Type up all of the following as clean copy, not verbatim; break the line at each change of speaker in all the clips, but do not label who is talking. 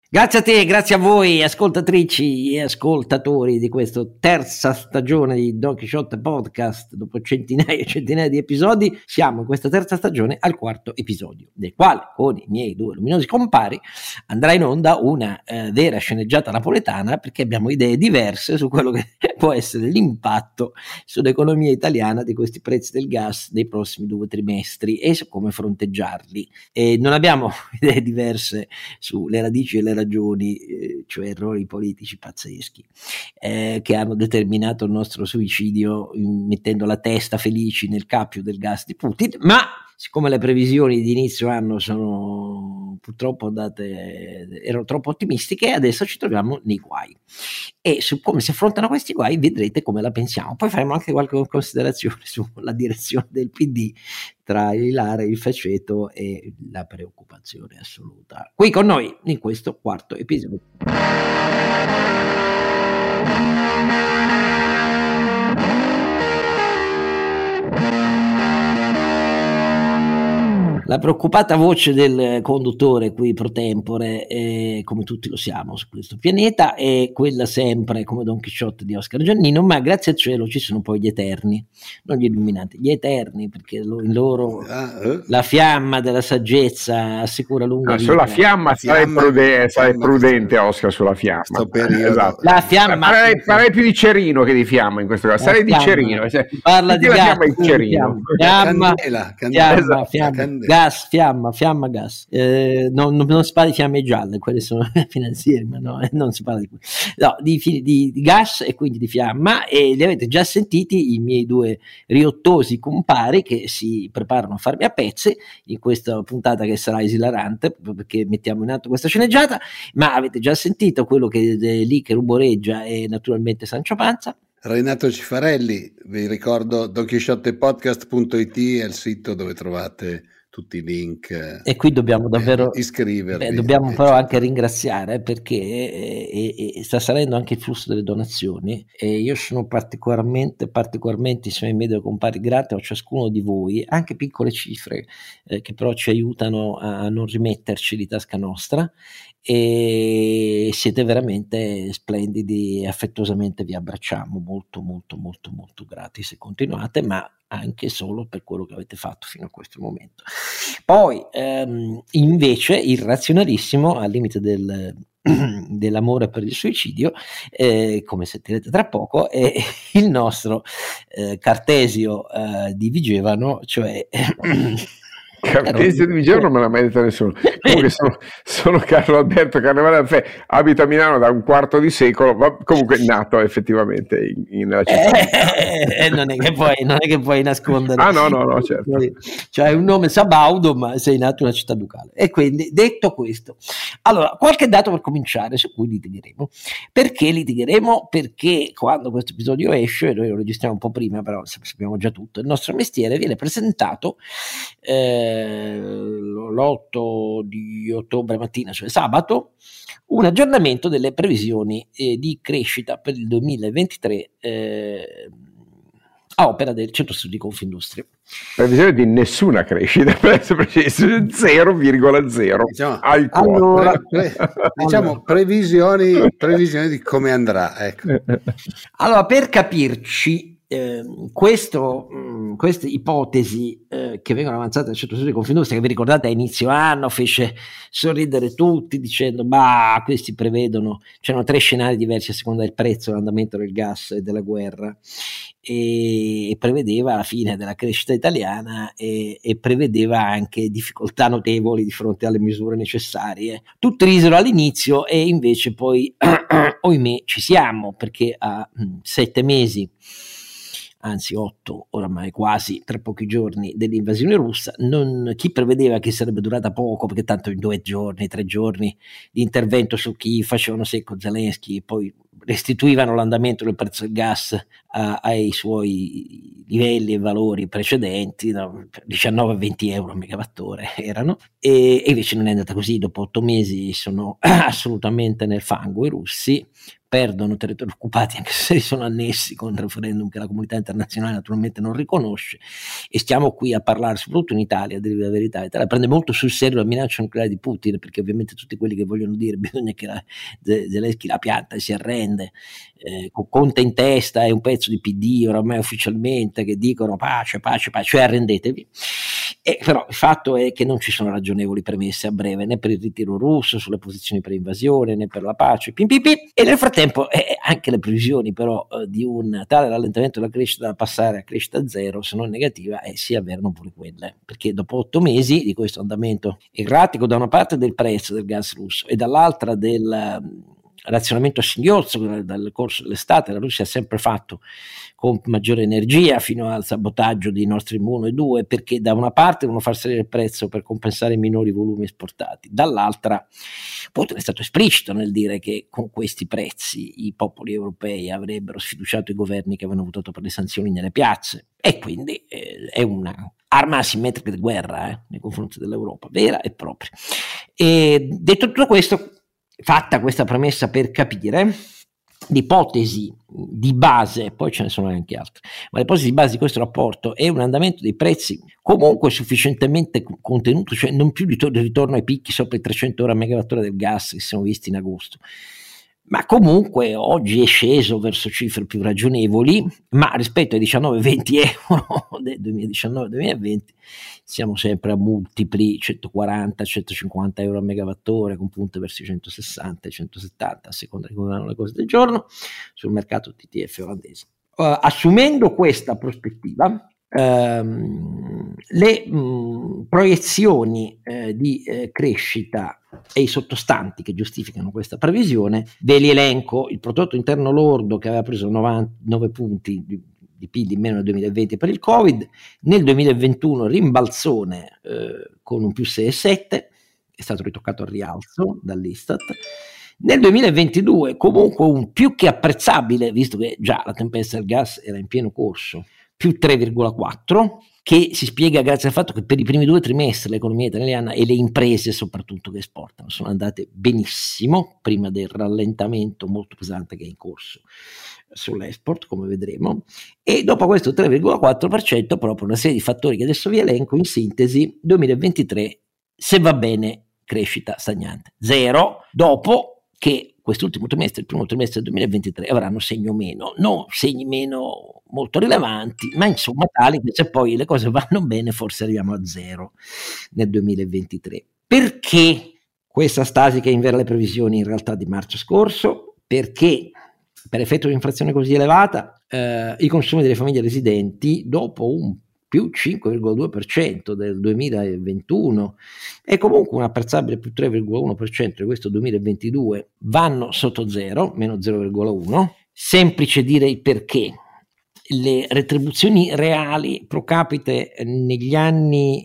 Grazie a te, grazie a voi ascoltatrici e ascoltatori di questa terza stagione di Don Chisciotte Podcast. Dopo centinaia e centinaia di episodi siamo in questa terza stagione al quarto episodio, del quale con i miei due luminosi compari andrà in onda una vera sceneggiata napoletana, perché abbiamo idee diverse su quello che può essere l'impatto sull'economia italiana di questi prezzi del gas nei prossimi 2 trimestri e su come fronteggiarli. E non abbiamo idee diverse sulle radici e le ragioni, cioè errori politici pazzeschi che hanno determinato il nostro suicidio mettendo la testa felici nel cappio del gas di Putin, ma siccome le previsioni di inizio anno sono purtroppo erano troppo ottimistiche, adesso ci troviamo nei guai, e su come si affrontano questi guai vedrete come la pensiamo. Poi faremo anche qualche considerazione sulla direzione del PD tra il ilare, il faceto e la preoccupazione assoluta. Qui con noi in questo quarto episodio. La preoccupata voce del conduttore qui pro tempore, come tutti lo siamo su questo pianeta, è quella sempre come Don Chisciotte di Oscar Giannino, ma grazie al cielo ci sono poi gli eterni, non gli illuminati, gli eterni, perché in loro la fiamma della saggezza assicura lunga vita.
Sulla fiamma sarai prudente, Oscar, sulla fiamma.
Esatto. La fiamma
farei più di Cerino che di fiamma in questo caso, sarei di Cerino.
Parla di
gas, Cerino.
Fiamma,
Gas,
fiamma, gas. Non si parla di fiamme gialle, quelle sono finanzieri, ma no, non si parla di gas e quindi di fiamma, e li avete già sentiti i miei due riottosi compari che si preparano a farmi a pezzi in questa puntata che sarà esilarante, proprio perché mettiamo in atto questa sceneggiata, ma avete già sentito quello che lì che rumoreggia è naturalmente Sancio Panza.
Renato Cifarelli, vi ricordo donchisciottepodcast.it è il sito dove trovate tutti i link,
e qui dobbiamo davvero
iscrivervi.
Dobbiamo però anche ringraziare, perché sta salendo anche il flusso delle donazioni, e io sono particolarmente insieme ai miei compari grato a ciascuno di voi, anche piccole cifre che però ci aiutano a non rimetterci di tasca nostra, e siete veramente splendidi, affettuosamente vi abbracciamo, molto molto molto molto grati se continuate, ma anche solo per quello che avete fatto fino a questo momento. Poi invece il razionalissimo, al limite dell'amore per il suicidio, come sentirete tra poco, è il nostro Cartesio di Vigevano, cioè
Cartesio di Vigevano non me l'ha mai detto nessuno. Comunque sono Carlo Alberto Carnevale, abito a Milano da un quarto di secolo, ma comunque nato effettivamente nella città.
Non è che puoi nascondere.
No, certo.
Cioè un nome sabaudo, ma sei nato in una città ducale. E quindi, detto questo, allora, qualche dato per cominciare su cui litigheremo. Perché litigheremo? Perché quando questo episodio esce, noi lo registriamo un po' prima, però sappiamo già tutto, il nostro mestiere viene presentato l'8 di ottobre mattina, cioè sabato, un aggiornamento delle previsioni di crescita per il 2023 a opera del Centro Studi Confindustria.
Previsione di nessuna crescita, per essere preciso, 0,0 al cuore.
Diciamo previsioni di come andrà, ecco.
Allora, per capirci, queste ipotesi che vengono avanzate dal Centro Studi Confindustria, che vi ricordate a inizio anno fece sorridere tutti dicendo questi prevedono, c'erano 3 scenari diversi a seconda del prezzo, dell'andamento del gas e della guerra, e prevedeva la fine della crescita italiana e prevedeva anche difficoltà notevoli di fronte alle misure necessarie. Tutti risero all'inizio, e invece poi ohimè ci siamo, perché a 7 mesi, anzi 8 oramai quasi, tra pochi giorni dell'invasione russa, chi prevedeva che sarebbe durata poco, perché tanto in 2 giorni, 3 giorni di intervento su Kiev facevano secco Zelensky e poi restituivano l'andamento del prezzo del gas ai suoi livelli e valori precedenti, 19-20 euro a megawattora erano, e invece non è andata così. Dopo 8 mesi sono assolutamente nel fango i russi, perdono territori occupati anche se si sono annessi con il referendum che la comunità internazionale naturalmente non riconosce, e stiamo qui a parlare, soprattutto in Italia, a dire la verità. L'Italia prende molto sul serio la minaccia nucleare di Putin, perché ovviamente tutti quelli che vogliono dire bisogna che Zelensky la pianta e si arrende, con Conte in testa e un pezzo di PD oramai ufficialmente che dicono pace, cioè arrendetevi. Però il fatto è che non ci sono ragionevoli premesse a breve, né per il ritiro russo, sulle posizioni per invasione, né per la pace, e nel frattempo anche le previsioni però di un tale rallentamento della crescita da passare a crescita zero, se non negativa, si avverano pure quelle, perché dopo 8 mesi di questo andamento erratico, da una parte del prezzo del gas russo e dall'altra del razionamento a singhiozzo dal corso dell'estate, la Russia ha sempre fatto con maggiore energia fino al sabotaggio di Nord Stream 1 e 2, perché da una parte devono far salire il prezzo per compensare i minori volumi esportati, dall'altra Putin è stato esplicito nel dire che con questi prezzi i popoli europei avrebbero sfiduciato i governi che avevano votato per le sanzioni nelle piazze, e quindi è una arma asimmetrica di guerra nei confronti dell'Europa, vera e propria. E detto tutto questo, fatta questa premessa per capire, l'ipotesi di base, poi ce ne sono anche altre, ma l'ipotesi di base di questo rapporto è un andamento dei prezzi comunque sufficientemente contenuto, cioè non più di ritorno ai picchi sopra i 300 euro a megawattora del gas che siamo visti in agosto, ma comunque oggi è sceso verso cifre più ragionevoli, ma rispetto ai 19-20 euro del 2019-2020 siamo sempre a multipli 140-150 euro a megawattora, con punte verso i 160 e 170 a seconda di come vanno le cose del giorno sul mercato TTF olandese. Assumendo questa prospettiva, le proiezioni di crescita e i sottostanti che giustificano questa previsione ve li elenco. Il prodotto interno lordo, che aveva preso 99 punti di PIL in meno nel 2020 per il Covid, nel 2021 rimbalzone con un più 6,7, è stato ritoccato al rialzo dall'Istat. Nel 2022 comunque un più che apprezzabile, visto che già la tempesta del gas era in pieno corso, più 3,4, che si spiega grazie al fatto che per i primi 2 trimestri l'economia italiana e le imprese soprattutto che esportano sono andate benissimo, prima del rallentamento molto pesante che è in corso sull'export, come vedremo, e dopo questo 3,4% proprio una serie di fattori che adesso vi elenco. In sintesi, 2023, se va bene, crescita stagnante, 0, dopo che quest'ultimo trimestre, il primo trimestre del 2023, avranno segno meno, non segni meno molto rilevanti, ma insomma tali che se poi le cose vanno bene forse arriviamo a 0 nel 2023. Perché questa stasi che invera le previsioni in realtà di marzo scorso? Perché per effetto di un'inflazione così elevata i consumi delle famiglie residenti, dopo un più 5,2% del 2021 e comunque un apprezzabile più 3,1% di questo 2022, vanno sotto 0, meno 0,1. Semplice dire il perché. Le retribuzioni reali pro capite negli anni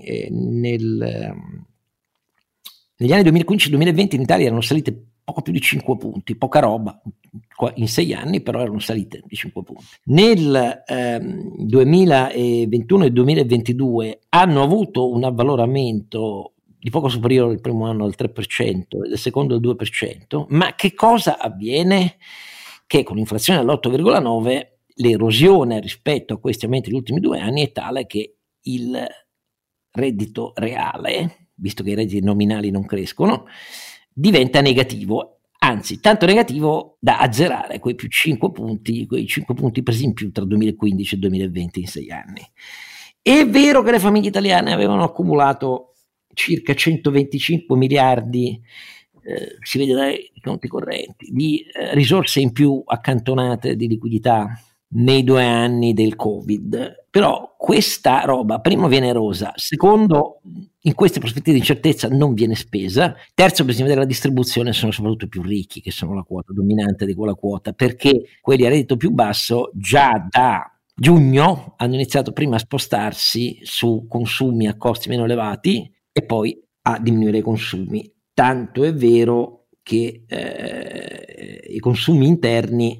2015-2020 in Italia erano salite poco più di 5 punti, poca roba, in 6 anni però erano salite di 5 punti. Nel 2021 e 2022 hanno avuto un avvaloramento di poco superiore al primo anno al 3% e del secondo al 2%, ma che cosa avviene? Che con l'inflazione all'8,9 l'erosione rispetto a questi aumenti degli ultimi 2 anni è tale che il reddito reale, visto che i redditi nominali non crescono, diventa negativo, anzi tanto negativo da azzerare quei 5 punti presi in più tra 2015 e 2020 in 6 anni. È vero che le famiglie italiane avevano accumulato circa 125 miliardi, si vede dai conti correnti, di risorse in più accantonate di liquidità nei 2 anni del Covid, però questa roba primo viene erosa, secondo in queste prospettive di incertezza non viene spesa, terzo bisogna vedere la distribuzione, sono soprattutto i più ricchi che sono la quota dominante di quella quota, perché quelli a reddito più basso già da giugno hanno iniziato prima a spostarsi su consumi a costi meno elevati e poi a diminuire i consumi, tanto è vero che i consumi interni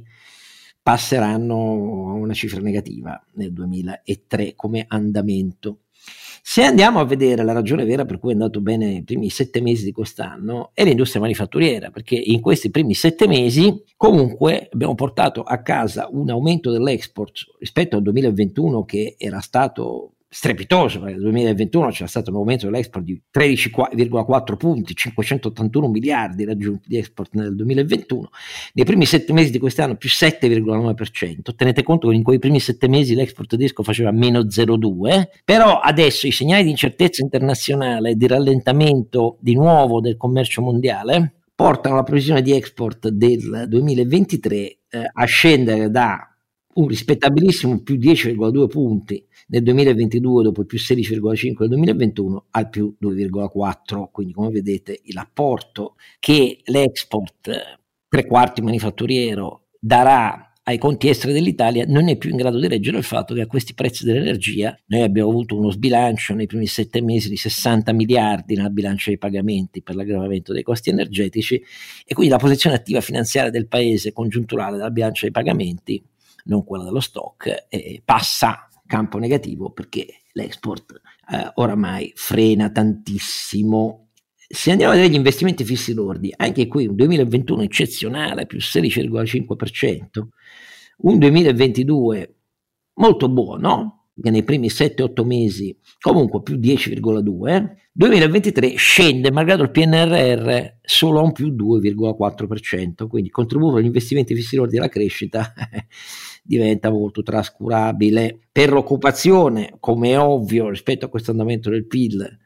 passeranno a una cifra negativa nel 2003 come andamento. Se andiamo a vedere la ragione vera per cui è andato bene i primi 7 mesi di quest'anno è l'industria manifatturiera, perché in questi primi 7 mesi comunque abbiamo portato a casa un aumento dell'export rispetto al 2021 che era stato strepitoso, perché nel 2021 c'era stato un aumento dell'export di 13,4 punti, 581 miliardi raggiunti di export nel 2021, nei primi 7 mesi di quest'anno più 7,9%, tenete conto che in quei primi 7 mesi l'export tedesco faceva meno 0,2%, però adesso i segnali di incertezza internazionale e di rallentamento di nuovo del commercio mondiale portano la previsione di export del 2023 a scendere da un rispettabilissimo più 10,2 punti nel 2022 dopo il più 16,5 del 2021 al più 2,4, quindi come vedete l'apporto che l'export tre quarti manifatturiero darà ai conti esteri dell'Italia non è più in grado di reggere il fatto che a questi prezzi dell'energia noi abbiamo avuto uno sbilancio nei primi 7 mesi di 60 miliardi nel bilancio dei pagamenti per l'aggravamento dei costi energetici, e quindi la posizione attiva finanziaria del paese congiunturale dal bilancio dei pagamenti, non quella dello stock, passa campo negativo perché l'export oramai frena tantissimo. Se andiamo a vedere gli investimenti fissi lordi, anche qui un 2021 eccezionale, più 16,5%, un 2022 molto buono, che nei primi 7-8 mesi comunque più 10,2%, 2023 scende malgrado il PNRR solo a un più 2,4%, quindi il contributo agli investimenti fissi lordi alla crescita diventa molto trascurabile. Per l'occupazione, come è ovvio, rispetto a questo andamento del PIL,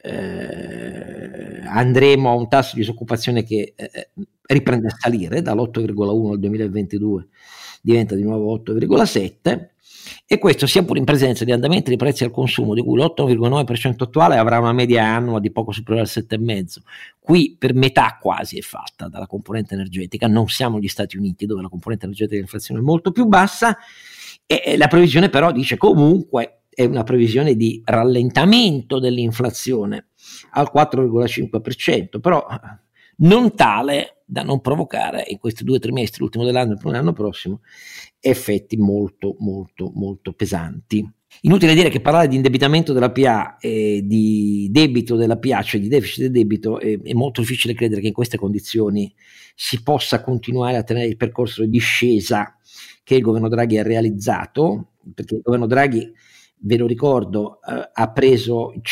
andremo a un tasso di disoccupazione che riprende a salire dall'8,1 al 2022, diventa di nuovo 8,7, e questo sia pure in presenza di andamenti dei prezzi al consumo di cui l'8,9% attuale avrà una media annua di poco superiore al 7,5%. Qui per metà quasi è fatta dalla componente energetica, non siamo gli Stati Uniti dove la componente energetica dell'inflazione è molto più bassa, e la previsione però dice comunque è una previsione di rallentamento dell'inflazione al 4,5%, però non tale da non provocare in questi 2 trimestri, l'ultimo dell'anno e il primo dell'anno prossimo, effetti molto molto molto pesanti. Inutile dire che parlare di indebitamento della PA e di debito della PA, cioè di deficit del debito, è molto difficile credere che in queste condizioni si possa continuare a tenere il percorso di discesa che il governo Draghi ha realizzato, perché il governo Draghi, ve lo ricordo, ha preso il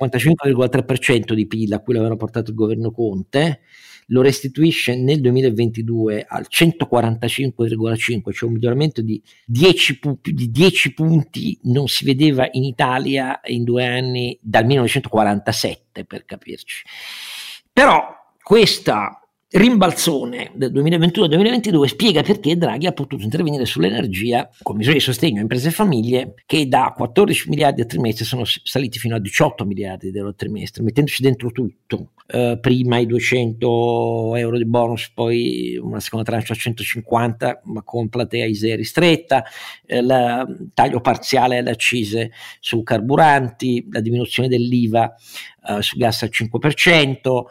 155,3% di PIL a cui l'aveva portato il governo Conte, lo restituisce nel 2022 al 145,5%, cioè un miglioramento di più di 10 punti non si vedeva in Italia in 2 anni dal 1947, per capirci. Però questa rimbalzone del 2021 al 2022 spiega perché Draghi ha potuto intervenire sull'energia con misure di sostegno a imprese e famiglie che da 14 miliardi a trimestre sono saliti fino a 18 miliardi di euro a trimestre, mettendoci dentro tutto. Prima i 200 euro di bonus, poi una seconda tranche a 150 ma con platea ISEE ristretta, il taglio parziale alle accise su carburanti, la diminuzione dell'IVA su gas al 5%,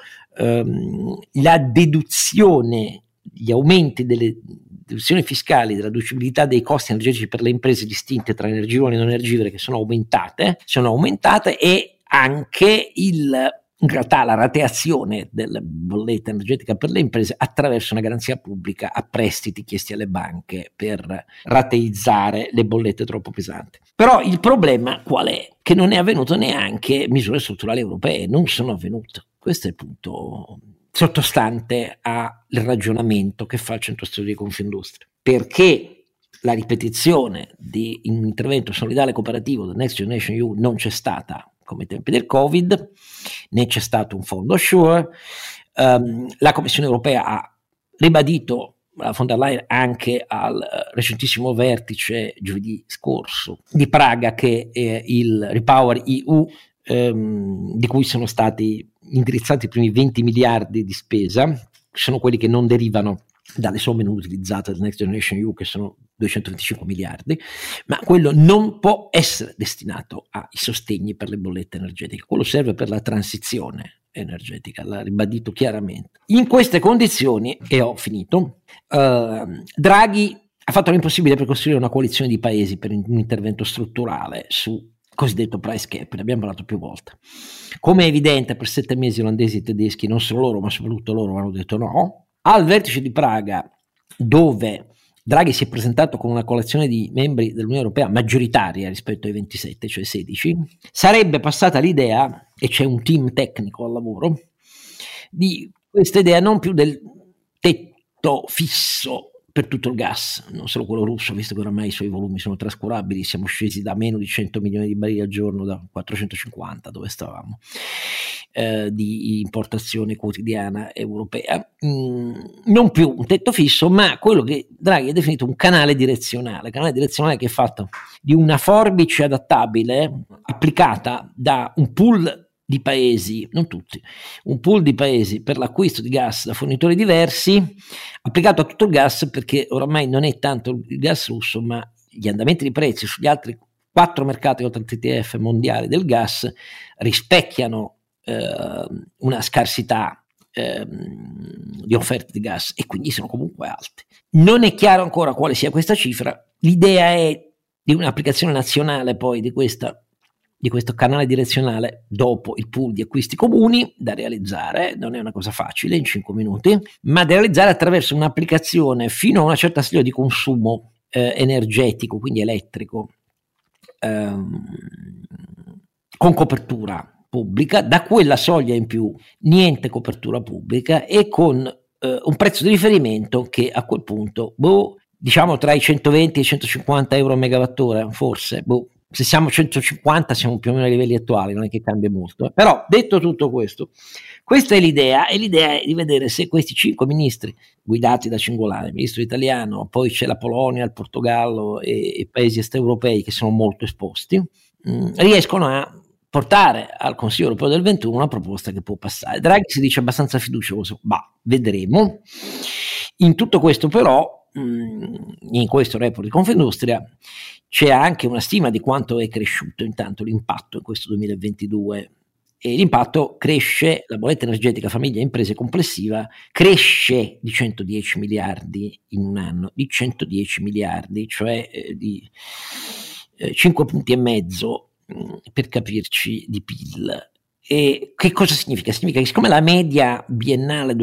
la deduzione, gli aumenti delle deduzioni fiscali, della deducibilità dei costi energetici per le imprese distinte tra energivore e non energivore che sono aumentate, e anche in realtà la rateazione della bolletta energetica per le imprese attraverso una garanzia pubblica a prestiti chiesti alle banche per rateizzare le bollette troppo pesanti. Però il problema qual è? Che non è avvenuto neanche misure strutturali europee, non sono avvenute. Questo è il punto sottostante al ragionamento che fa il Centro Studi di Confindustria, perché la ripetizione di un intervento solidale cooperativo del Next Generation EU non c'è stata come ai tempi del Covid, né c'è stato un fondo SURE. La Commissione europea ha ribadito, la von der Leyen, anche al recentissimo vertice giovedì scorso di Praga, che il Repower EU, di cui sono stati indirizzati i primi 20 miliardi di spesa, sono quelli che non derivano dalle somme non utilizzate del Next Generation EU, che sono 225 miliardi, ma quello non può essere destinato ai sostegni per le bollette energetiche, quello serve per la transizione energetica, l'ha ribadito chiaramente. In queste condizioni, e ho finito, Draghi ha fatto l'impossibile per costruire una coalizione di paesi per un intervento strutturale su cosiddetto price cap, ne abbiamo parlato più volte. Come è evidente, per 7 mesi i olandesi e i tedeschi, non solo loro ma soprattutto loro, hanno detto no. Al vertice di Praga, dove Draghi si è presentato con una coalizione di membri dell'Unione Europea maggioritaria rispetto ai 27, cioè 16, sarebbe passata l'idea, e c'è un team tecnico al lavoro, di questa idea non più del tetto fisso per tutto il gas, non solo quello russo, visto che oramai i suoi volumi sono trascurabili, siamo scesi da meno di 100 milioni di barili al giorno, da 450 dove stavamo, di importazione quotidiana europea, non più un tetto fisso, ma quello che Draghi ha definito un canale direzionale che è fatto di una forbice adattabile applicata da un pool di paesi, non tutti, un pool di paesi per l'acquisto di gas da fornitori diversi, applicato a tutto il gas, perché oramai non è tanto il gas russo, ma gli andamenti di prezzi sugli altri 4 mercati oltre al TTF mondiali del gas rispecchiano una scarsità di offerte di gas, e quindi sono comunque alte. Non è chiaro ancora quale sia questa cifra. L'idea è di un'applicazione nazionale poi di questo canale direzionale dopo il pool di acquisti comuni, da realizzare, non è una cosa facile in 5 minuti, ma da realizzare attraverso un'applicazione fino a una certa soglia di consumo energetico, quindi elettrico, con copertura pubblica, da quella soglia in più niente copertura pubblica, e con un prezzo di riferimento che a quel punto, diciamo tra i 120 e i 150 euro a megawattora, forse, se siamo 150 siamo più o meno ai livelli attuali, non è che cambia molto. Però detto tutto questo, questa è l'idea, e l'idea è di vedere se questi 5 ministri guidati da Cingolani, il ministro italiano, poi c'è la Polonia, il Portogallo e paesi est-europei che sono molto esposti, riescono a portare al Consiglio europeo del 21 una proposta che può passare. Draghi si dice abbastanza fiducioso, vedremo. In tutto questo però, in questo report di Confindustria, c'è anche una stima di quanto è cresciuto intanto l'impatto in questo 2022, e l'impatto cresce, la bolletta energetica famiglie e imprese complessiva cresce di 110 miliardi in un anno, di 110 miliardi, cioè di 5 punti e mezzo, per capirci, di PIL. E che cosa significa? Significa che siccome la media biennale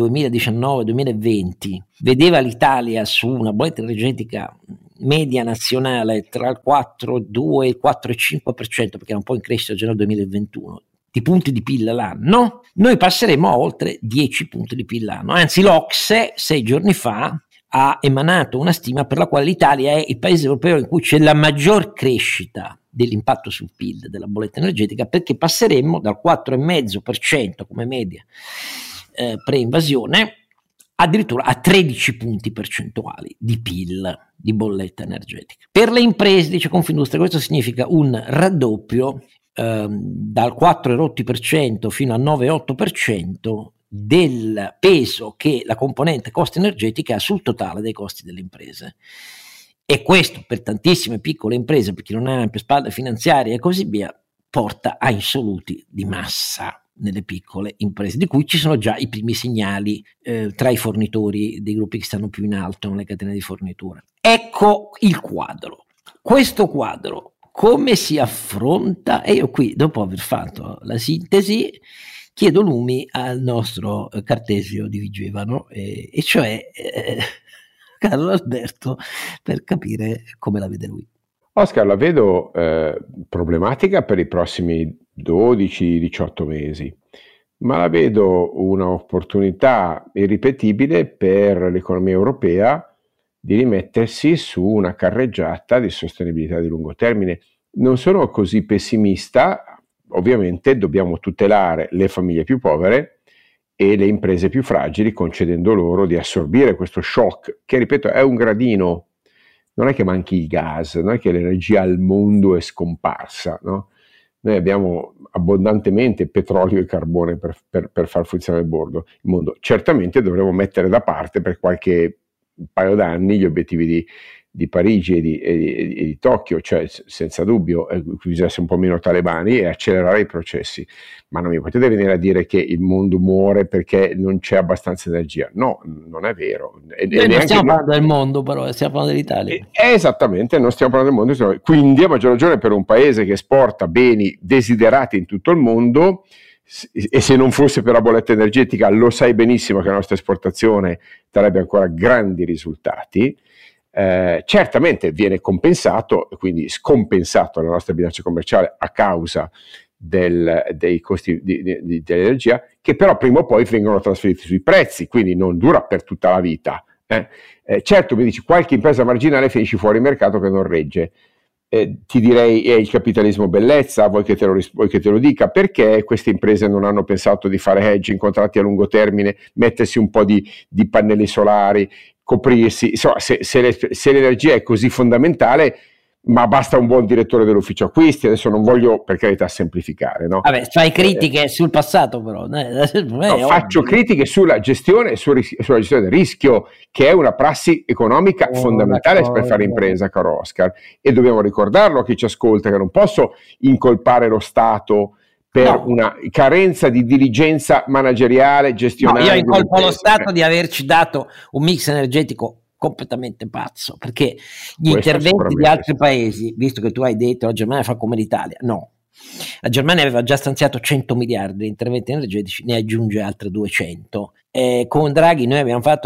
2019-2020 vedeva l'Italia su una bolletta energetica media nazionale tra il 4,2 e il 4,5%, perché era un po' in crescita già nel 2021, di punti di PIL l'anno, noi passeremo a oltre 10 punti di PIL l'anno. Anzi, l'Ocse 6 giorni fa ha emanato una stima per la quale l'Italia è il paese europeo in cui c'è la maggior crescita dell'impatto sul PIL della bolletta energetica, perché passeremmo dal 4,5% come media pre-invasione addirittura a 13 punti percentuali di PIL di bolletta energetica. Per le imprese, dice Confindustria, questo significa un raddoppio dal 4,8% fino al 9,8% del peso che la componente costi energetica ha sul totale dei costi delle imprese. E questo per tantissime piccole imprese, per chi non ha ampie spalle finanziarie e così via, porta a insoluti di massa nelle piccole imprese, di cui ci sono già i primi segnali tra i fornitori dei gruppi che stanno più in alto nelle catene di fornitura. Ecco il quadro. Questo quadro come si affronta? E io qui, dopo aver fatto la sintesi, chiedo lumi al nostro Cartesio di Vigevano, e cioè Carlo Alberto, per capire come la vede lui.
Oscar, la vedo problematica per i prossimi 12-18 mesi, ma la vedo un'opportunità irripetibile per l'economia europea di rimettersi su una carreggiata di sostenibilità di lungo termine. Non sono così pessimista, ovviamente dobbiamo tutelare le famiglie più povere e le imprese più fragili, concedendo loro di assorbire questo shock, che ripeto è un gradino. Non è che manchi il gas, non è che l'energia al mondo è scomparsa, no? Noi abbiamo abbondantemente petrolio e carbone per far funzionare il mondo. Certamente dovremo mettere da parte per qualche paio d'anni gli obiettivi Parigi e di Tokyo, cioè senza dubbio bisogna essere un po' meno talebani e accelerare i processi, ma non mi potete venire a dire che il mondo muore perché non c'è abbastanza energia. No, non è vero.
Noi non stiamo parlando del mondo, però stiamo parlando dell'Italia.
Esattamente, non stiamo parlando del mondo, quindi a maggior ragione per un paese che esporta beni desiderati in tutto il mondo, e se non fosse per la bolletta energetica lo sai benissimo che la nostra esportazione darebbe ancora grandi risultati. Certamente viene compensato, quindi scompensato la nostra bilancia commerciale a causa dei costi dell'energia, che però prima o poi vengono trasferiti sui prezzi, quindi non dura per tutta la vita. Certo, mi dici, qualche impresa marginale finisce fuori mercato che non regge. Ti direi, è il capitalismo bellezza, vuoi che te lo dica? Perché queste imprese non hanno pensato di fare hedging, contratti a lungo termine, mettersi un po' di pannelli solari, coprirsi? Insomma, se l'energia è così fondamentale, ma basta un buon direttore dell'ufficio acquisti. Adesso non voglio, per carità, semplificare, no?
Vabbè, fai critiche sul passato, però.
Faccio critiche sulla gestione del rischio, che è una prassi economica fondamentale per fare impresa, caro Oscar, e dobbiamo ricordarlo a chi ci ascolta, che non posso incolpare lo Stato per una carenza di diligenza manageriale, gestionale.
Io incolpo lo Stato di averci dato un mix energetico completamente pazzo, perché gli interventi di altri paesi, visto che tu hai detto la Germania fa come l'Italia, no, la Germania aveva già stanziato 100 miliardi di interventi energetici, ne aggiunge altre 200. Con Draghi noi abbiamo fatto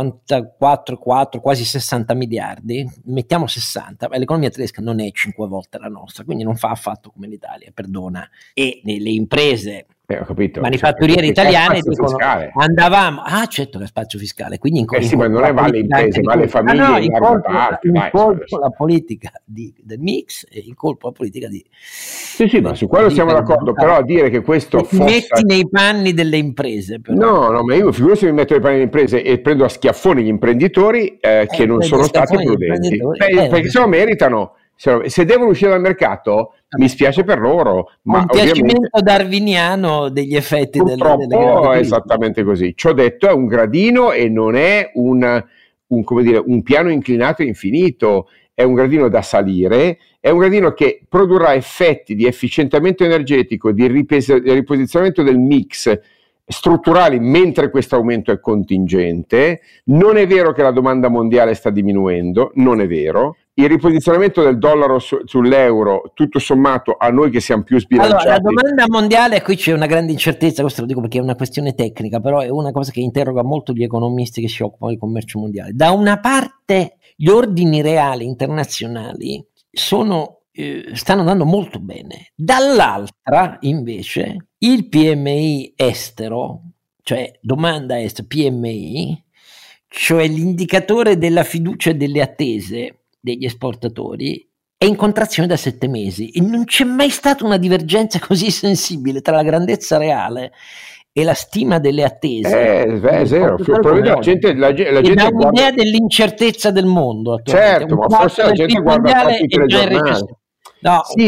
54,4, quasi 60 miliardi, mettiamo 60, l'economia tedesca non è 5 volte la nostra, quindi non fa affatto come l'Italia, perdona, e le imprese
ho capito,
manifatturiere italiane dicono andavamo, certo che è spazio fiscale, quindi
sì, ma non è vale imprese, vale famiglie,
incolpo la politica del mix e incolpo la politica di
sì, ma su quello siamo d'accordo, però dire che questo
metti nei panni delle imprese, però.
No, ma io figuro se mi metto nei panni delle imprese e prendo a schiaffoni gli imprenditori che non sono stati prudenti, perché se lo meritano. Se devono uscire dal mercato, mi spiace per loro, ma
un piacimento darwiniano degli effetti
purtroppo è esattamente così. Ciò detto, è un gradino e non è un piano inclinato infinito, è un gradino da salire, è un gradino che produrrà effetti di efficientamento energetico, di riposizionamento del mix strutturali mentre questo aumento è contingente. Non è vero che la domanda mondiale sta diminuendo, non è vero. Il riposizionamento del dollaro sull'euro, tutto sommato, a noi che siamo più sbilanciati.
Allora, la domanda mondiale, qui c'è una grande incertezza, questo lo dico perché è una questione tecnica, però è una cosa che interroga molto gli economisti che si occupano di commercio mondiale. Da una parte gli ordini reali internazionali stanno andando molto bene, dall'altra invece il PMI estero, cioè domanda estera, PMI, cioè l'indicatore della fiducia e delle attese degli esportatori, è in contrazione da 7 mesi e non c'è mai stata una divergenza così sensibile tra la grandezza reale e la stima delle attese.
È zero. La gente
dà un'idea dell'incertezza del mondo.
Certo, ma forse la gente guarda tutti i telegiornali.
No,
sì,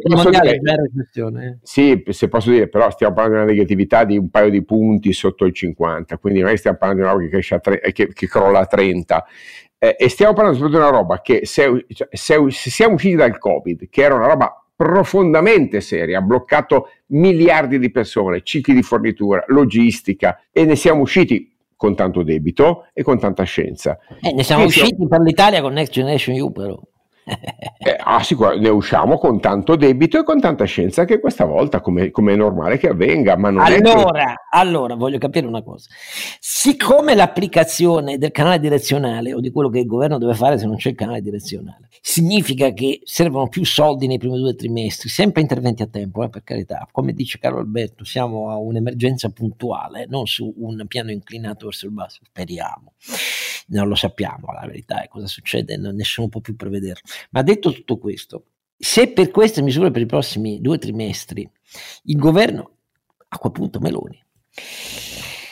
sì, se posso dire, però stiamo parlando di una negatività di un paio di punti sotto il 50, quindi non stiamo parlando di una roba che cresce che crolla a 30, e stiamo parlando soprattutto di una roba che se siamo usciti dal Covid, che era una roba profondamente seria, ha bloccato miliardi di persone, cicli di fornitura, logistica, e ne siamo usciti con tanto debito e con tanta scienza.
Ne siamo usciti per l'Italia con Next Generation EU, però.
Ne usciamo con tanto debito e con tanta scienza, che questa volta come è normale che avvenga, ma non
allora voglio capire una cosa: siccome l'applicazione del canale direzionale o di quello che il governo deve fare se non c'è il canale direzionale significa che servono più soldi nei primi 2 trimestri, sempre interventi a tempo, per carità, come dice Carlo Alberto, siamo a un'emergenza puntuale, non su un piano inclinato verso il basso, speriamo. Non lo sappiamo, la verità è cosa succede, nessuno può più prevederlo. Ma detto tutto questo, se per queste misure per i prossimi 2 trimestri il governo, a quel punto Meloni,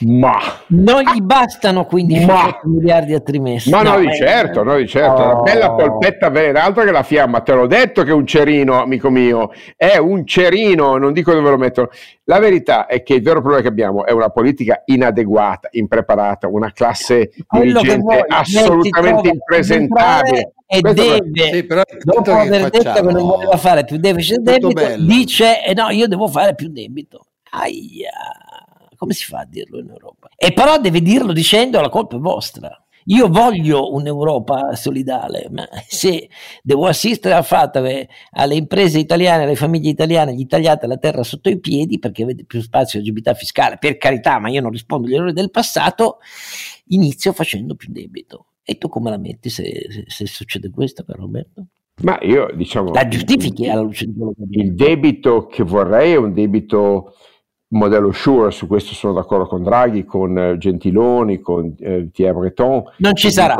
Ma
non gli bastano 15 miliardi a trimestre.
Ma no, di certo. Una bella polpetta vera, altro che la fiamma, te l'ho detto che è un cerino, amico mio, è un cerino, non dico dove lo mettono. La verità è che il vero problema che abbiamo è una politica inadeguata, impreparata, una classe dirigente assolutamente impresentabile.
E deve,
però
dopo aver detto che non voleva fare più deficit debito, dice no, io devo fare più debito. Aia, come si fa a dirlo in Europa? E però deve dirlo dicendo la colpa è vostra. Io voglio un'Europa solidale, ma se devo assistere al fatto che alle imprese italiane, alle famiglie italiane gli tagliate la terra sotto i piedi perché avete più spazio di agibilità fiscale, per carità, ma io non rispondo agli errori del passato, inizio facendo più debito. E tu come la metti se succede questo, caro Roberto?
Ma io, diciamo,
la giustifichi alla luce di quello che
il debito che vorrei è un debito modello Sure, su questo sono d'accordo con Draghi, con Gentiloni, con Thierry Breton.
Non ci sarà.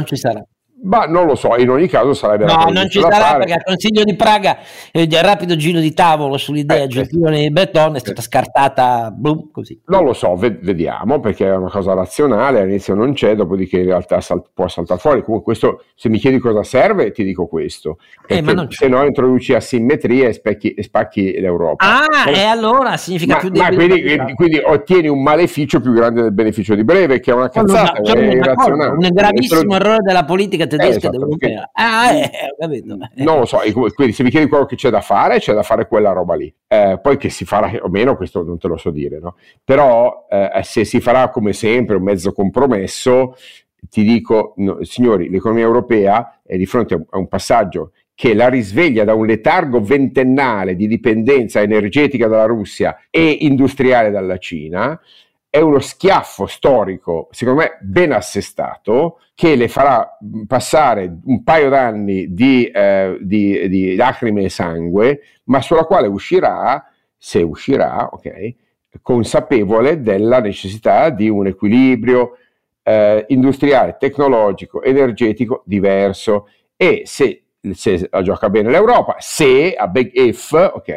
Ma non lo so, in ogni caso sarebbe
no, non ci sarà perché al Consiglio di Praga il rapido giro di tavolo sull'idea Gentiloni di Breton è stata scartata così.
Non lo so, vediamo, perché è una cosa razionale, all'inizio non c'è, dopodiché in realtà può saltare fuori. Comunque questo, se mi chiedi cosa serve, ti dico questo, perché se no introduci asimmetrie e spacchi l'Europa.
E allora significa più debito.
Quindi ottieni un maleficio più grande del beneficio di breve, che è una cazzata, è irrazionale.
Un gravissimo errore della politica tedesca europea. Capito.
Non lo so, quindi se mi chiedi quello che c'è da fare quella roba lì. Poi che si farà o meno, questo non te lo so dire, no? Però se si farà come sempre un mezzo compromesso, ti dico, no, signori, l'economia europea è di fronte a un passaggio che la risveglia da un letargo ventennale di dipendenza energetica dalla Russia e industriale dalla Cina. È uno schiaffo storico, secondo me, ben assestato, che le farà passare un paio d'anni di lacrime e sangue, ma sulla quale uscirà, se uscirà, consapevole della necessità di un equilibrio industriale, tecnologico, energetico diverso. E se la gioca bene l'Europa, se, a big if,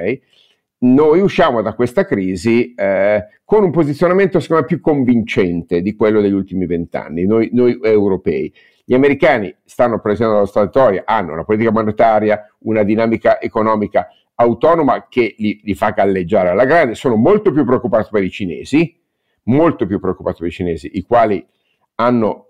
noi usciamo da questa crisi con un posizionamento secondo me più convincente di quello degli ultimi 20 anni, noi europei. Gli americani stanno presentando la storia, hanno una politica monetaria, una dinamica economica autonoma che li fa galleggiare alla grande, sono molto più preoccupati per i cinesi, i quali hanno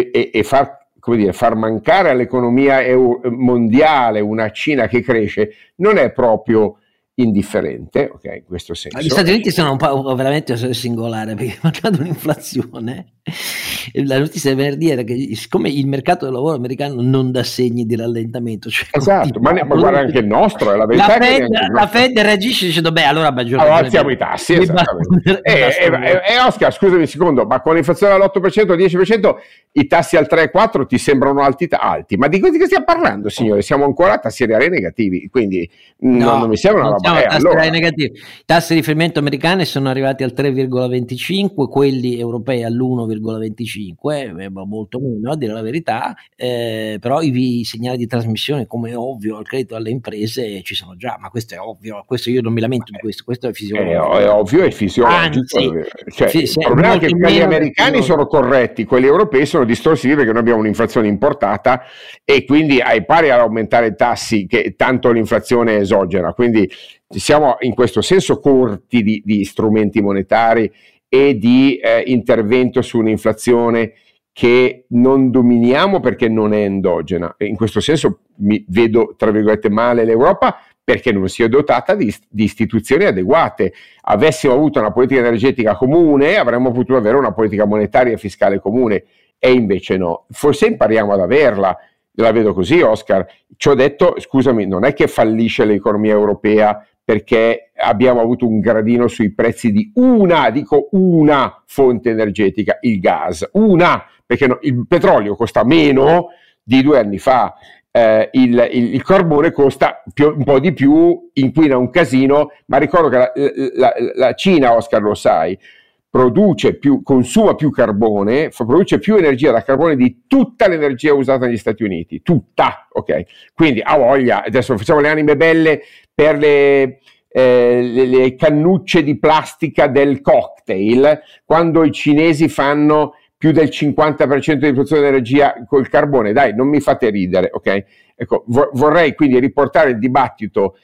far mancare all'economia mondiale una Cina che cresce non è proprio indifferente, in questo senso.
Gli Stati Uniti sono un po' veramente singolare, perché mancando un'inflazione, la notizia del venerdì era che siccome il mercato del lavoro americano non dà segni di rallentamento,
esatto, ma guarda anche il nostro, è la verità.
La Fed reagisce dicendo allora
alziamo i tassi, esattamente. E Oscar, scusami un secondo, ma con l'inflazione all'8%, al 10%, i tassi al 3-4 ti sembrano alti, ma di cosa stiamo parlando, signore? Siamo ancora a tassi reali negativi, quindi non mi sembra una roba.
Negativi. I tassi di riferimento americani sono arrivati al 3,25, quelli europei all'1,25, molto meno a dire la verità, però i segnali di trasmissione, come è ovvio, al credito alle imprese ci sono già, ma questo è ovvio, questo io non mi lamento di questo è fisiologico.
È ovvio, è fisiologico.
Anzi,
il problema è che quelli americani sono corretti, quelli europei sono distorsivi perché noi abbiamo un'inflazione importata e quindi ai pari ad aumentare i tassi, che tanto l'inflazione è esogena, quindi siamo in questo senso corti di strumenti monetari e di intervento su un'inflazione che non dominiamo perché non è endogena. E in questo senso mi vedo, tra virgolette, male l'Europa perché non si è dotata di istituzioni adeguate. Avessimo avuto una politica energetica comune, avremmo potuto avere una politica monetaria e fiscale comune, e invece no. Forse impariamo ad averla. La vedo così, Oscar. Ci ho detto, scusami, non è che fallisce l'economia europea perché abbiamo avuto un gradino sui prezzi di una fonte energetica, il gas, perché il petrolio costa meno di 2 anni fa, il carbone costa un po' di più, inquina un casino, ma ricordo che la Cina, Oscar, lo sai, consuma più carbone, produce più energia da carbone di tutta l'energia usata negli Stati Uniti, tutta, quindi ha voglia, adesso facciamo le anime belle per le le cannucce di plastica del cocktail, quando i cinesi fanno più del 50% di produzione di energia col carbone. Dai, non mi fate ridere, ok? Ecco, vorrei quindi riportare il dibattito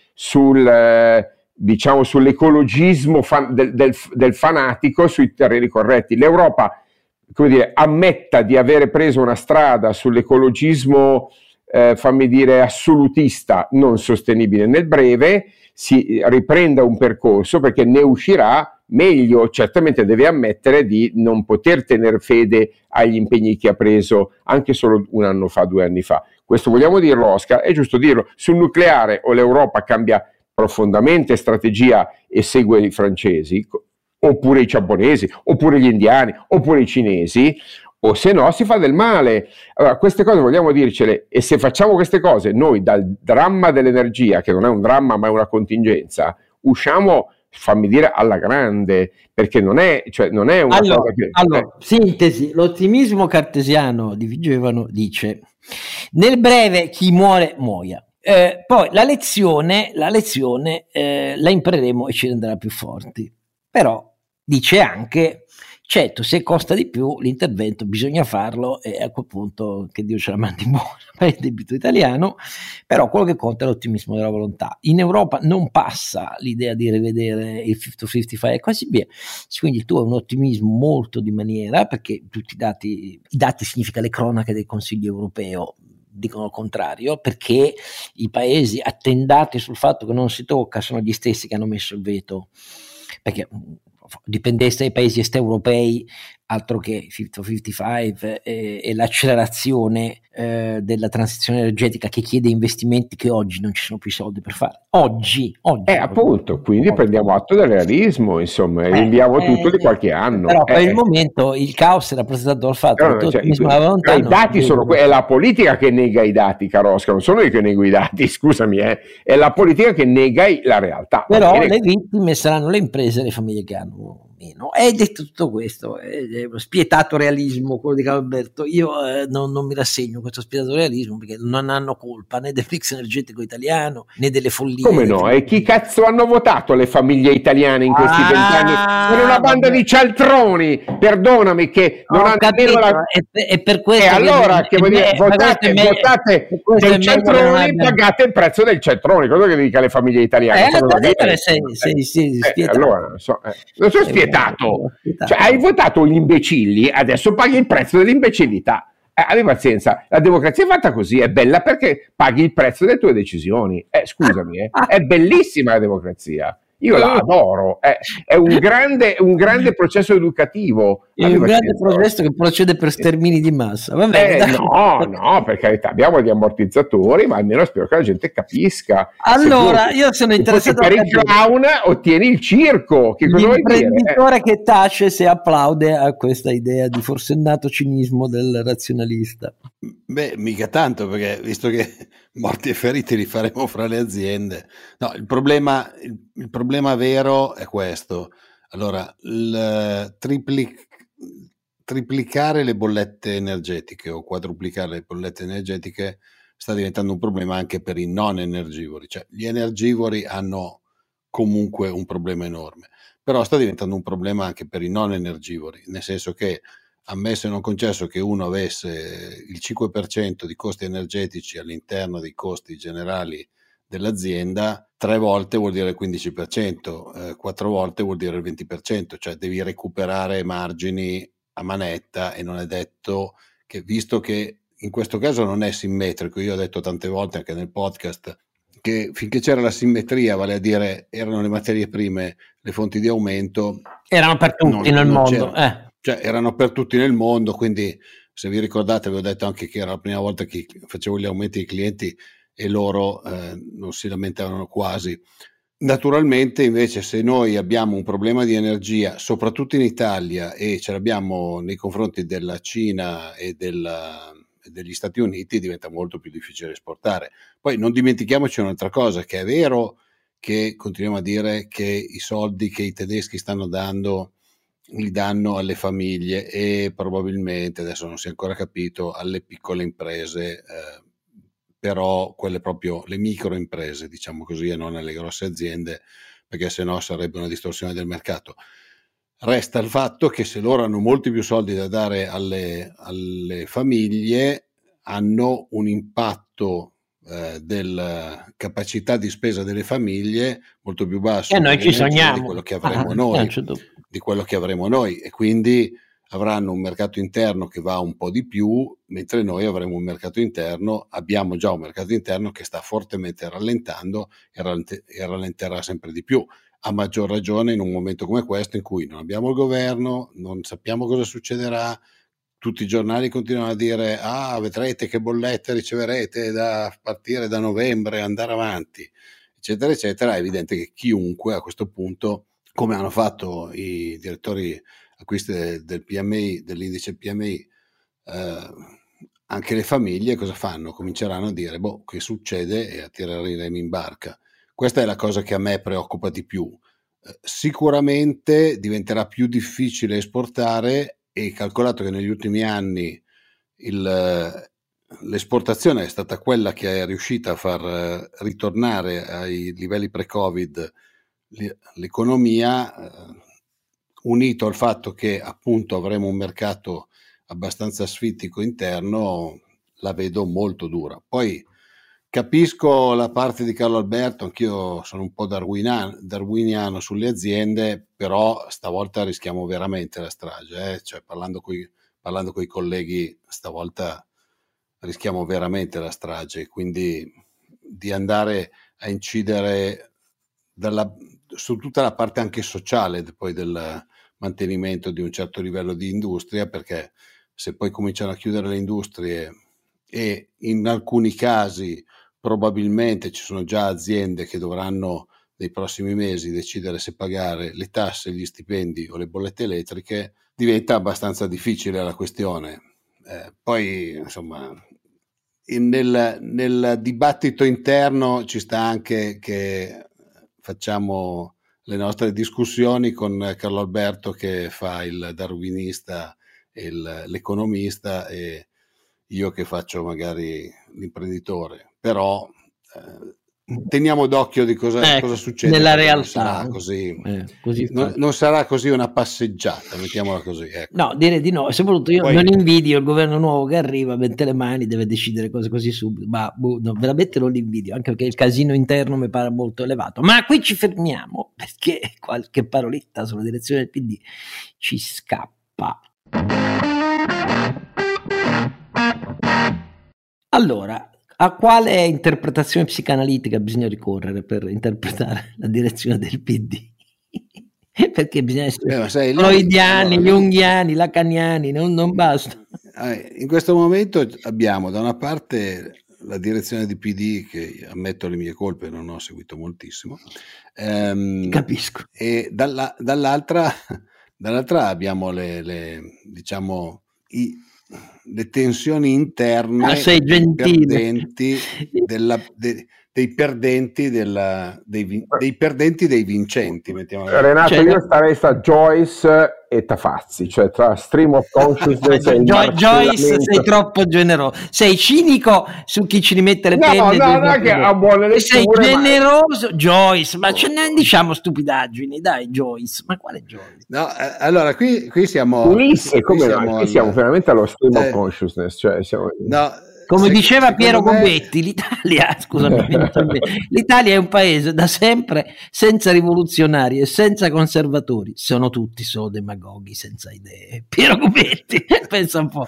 diciamo sull'ecologismo del fanatico sui terreni corretti. L'Europa, come dire, ammetta di avere preso una strada sull'ecologismo, fammi dire, assolutista, non sostenibile nel breve, si riprenda un percorso, perché ne uscirà meglio. Certamente deve ammettere di non poter tenere fede agli impegni che ha preso anche solo un anno fa, 2 anni fa. Questo vogliamo dirlo, Oscar? È giusto dirlo. Sul nucleare o l'Europa cambia profondamente strategia e segue i francesi, oppure i giapponesi, oppure gli indiani, oppure i cinesi, o se no si fa del male. Allora, queste cose vogliamo dircele, e se facciamo queste cose noi dal dramma dell'energia, che non è un dramma ma è una contingenza, usciamo, fammi dire, alla grande, perché non è una cosa che...
Allora, sintesi, l'ottimismo cartesiano di Vigevano dice: nel breve chi muore muoia. Poi la lezione la impareremo e ci renderà più forti. Però dice anche, certo, se costa di più l'intervento bisogna farlo, e a quel punto che Dio ce la mandi buona per il debito italiano. Però quello che conta è l'ottimismo della volontà. In Europa non passa l'idea di rivedere il 50-55 e così via. Quindi il tuo è un ottimismo molto di maniera, perché tutti i dati significa le cronache del Consiglio europeo dicono il contrario, perché i paesi attendati sul fatto che non si tocca sono gli stessi che hanno messo il veto, perché dipendesse dai paesi est europei, altro che 50-55 e l'accelerazione della transizione energetica, che chiede investimenti che oggi non ci sono più i soldi per fare. Oggi
appunto, quindi prendiamo atto del realismo, insomma, e rinviamo tutto di qualche anno.
Però per il momento il caos è rappresentato dal fatto che
i dati sono è la politica che nega i dati, caro Oscar, non sono io che nego i dati, scusami, è la politica che nega la realtà.
Però le vittime saranno le imprese e le famiglie che hanno meno. Ed è tutto questo, è uno spietato realismo quello di Alberto. Io non mi rassegno a questo spietato realismo, perché non hanno colpa né del mix energetico italiano né delle follie.
Come no? E chi cazzo hanno votato le famiglie italiane in questi 20 anni? Sono una banda di cialtroni, perdonami, che non hanno nemmeno la...
E per questo
allora che vuol dire, votate dei cialtroni, pagate il prezzo del cialtrone, cosa che dica le famiglie italiane. Allora non sono spietato. Cioè, hai votato gli imbecilli, adesso paghi il prezzo dell'imbecillità. Abbi pazienza, la democrazia è fatta così, è bella perché paghi il prezzo delle tue decisioni. Scusami, è bellissima la democrazia. Io la adoro, è un grande processo educativo.
È un grande processo che procede per stermini di massa. Va bene,
no, per carità, abbiamo gli ammortizzatori, ma almeno spero che la gente capisca.
Allora, io sono interessato
per il clown ottieni il circo. Che cosa vuoi dire?
L'imprenditore che tace se applaude a questa idea di forsennato cinismo del razionalista.
Beh, mica tanto, perché visto che morti e feriti li faremo fra le aziende. No, il problema vero è questo. Allora, triplicare le bollette energetiche o quadruplicare le bollette energetiche sta diventando un problema anche per i non energivori. Cioè, gli energivori hanno comunque un problema enorme, però sta diventando un problema anche per i non energivori, nel senso che, ammesso e non concesso che uno avesse il 5% di costi energetici all'interno dei costi generali dell'azienda, 3 volte vuol dire il 15%, 4 volte vuol dire il 20%, cioè devi recuperare margini a manetta, e non è detto che, visto che in questo caso non è simmetrico, io ho detto tante volte anche nel podcast che finché c'era la simmetria, vale a dire erano le materie prime le fonti di aumento,
erano per tutti nel mondo.
Cioè erano per tutti nel mondo, quindi se vi ricordate avevo detto anche che era la prima volta che facevo gli aumenti ai clienti e loro non si lamentavano quasi. Naturalmente invece, se noi abbiamo un problema di energia, soprattutto in Italia, e ce l'abbiamo nei confronti della Cina e degli Stati Uniti, diventa molto più difficile esportare. Poi non dimentichiamoci un'altra cosa, che è vero che continuiamo a dire che i soldi che i tedeschi stanno dando li danno alle famiglie e probabilmente, adesso non si è ancora capito, alle piccole imprese, però quelle proprio le micro imprese, diciamo così, e non alle grosse aziende, perché sennò sarebbe una distorsione del mercato. Resta il fatto che se loro hanno molti più soldi da dare alle famiglie, hanno un impatto della capacità di spesa delle famiglie molto più basso
e noi ci sogniamo
di quello che avremo noi, di quello che avremo noi, e quindi avranno un mercato interno che va un po' di più, mentre noi avremo un mercato interno, abbiamo già un mercato interno che sta fortemente rallentando e rallenterà sempre di più. A maggior ragione in un momento come questo in cui non abbiamo il governo, non sappiamo cosa succederà, tutti i giornali continuano a dire vedrete che bollette riceverete da partire da novembre, andare avanti, eccetera eccetera. È evidente che chiunque a questo punto, come hanno fatto i direttori acquisti del PMI, dell'indice PMI, anche le famiglie cosa fanno? Cominceranno a dire che succede, e a tirare i remi in barca. Questa è la cosa che a me preoccupa di più. Sicuramente diventerà più difficile esportare, e calcolato che negli ultimi anni l'esportazione è stata quella che è riuscita a far ritornare ai livelli pre-Covid l'economia, unito al fatto che appunto avremo un mercato abbastanza asfittico interno, la vedo molto dura. Poi capisco la parte di Carlo Alberto, anch'io sono un po' darwiniano sulle aziende, però stavolta rischiamo veramente la strage, cioè parlando coi colleghi stavolta rischiamo veramente la strage, quindi di andare a incidere su tutta la parte anche sociale poi del mantenimento di un certo livello di industria, perché se poi cominciano a chiudere le industrie, e in alcuni casi probabilmente ci sono già aziende che dovranno nei prossimi mesi decidere se pagare le tasse, gli stipendi o le bollette elettriche, diventa abbastanza difficile la questione. Poi insomma nel dibattito interno ci sta anche che facciamo le nostre discussioni con Carlo Alberto che fa il darwinista e l'economista, e io che faccio magari l'imprenditore, però teniamo d'occhio di cosa succede
nella realtà.
Non sarà così, non sarà così una passeggiata, mettiamola così, ecco.
No, direi di no. Soprattutto io non invidio il governo nuovo che arriva, mette le mani, deve decidere cose così subito, ma no, veramente non l'invidio, anche perché il casino interno mi pare molto elevato. Ma qui ci fermiamo, perché qualche paroletta sulla direzione del PD ci scappa. Allora, a quale interpretazione psicanalitica bisogna ricorrere per interpretare la direzione del PD? Perché bisogna essere freudiani, junghiani, lacaniani, non basta.
In questo momento abbiamo da una parte la direzione di PD, che ammetto le mie colpe, non ho seguito moltissimo,
capisco,
e dall'altra abbiamo le tensioni interne dei perdenti dei vincenti, mettiamola.
Renato, io starei tra Joyce e Tafazzi, cioè tra stream of consciousness e
Joyce sei troppo generoso, sei cinico su chi ci rimette le penne.
No, che ha buone letture,
sei generoso, Joyce, ma ce ne diciamo stupidaggini, dai Joyce, ma quale Joyce?
No, allora qui siamo
Ulisse, siamo veramente allo stream of consciousness, cioè siamo...
Come diceva Piero Gobetti, l'Italia è un paese da sempre senza rivoluzionari e senza conservatori, sono tutti solo demagoghi senza idee. Piero Gobetti, pensa un po'.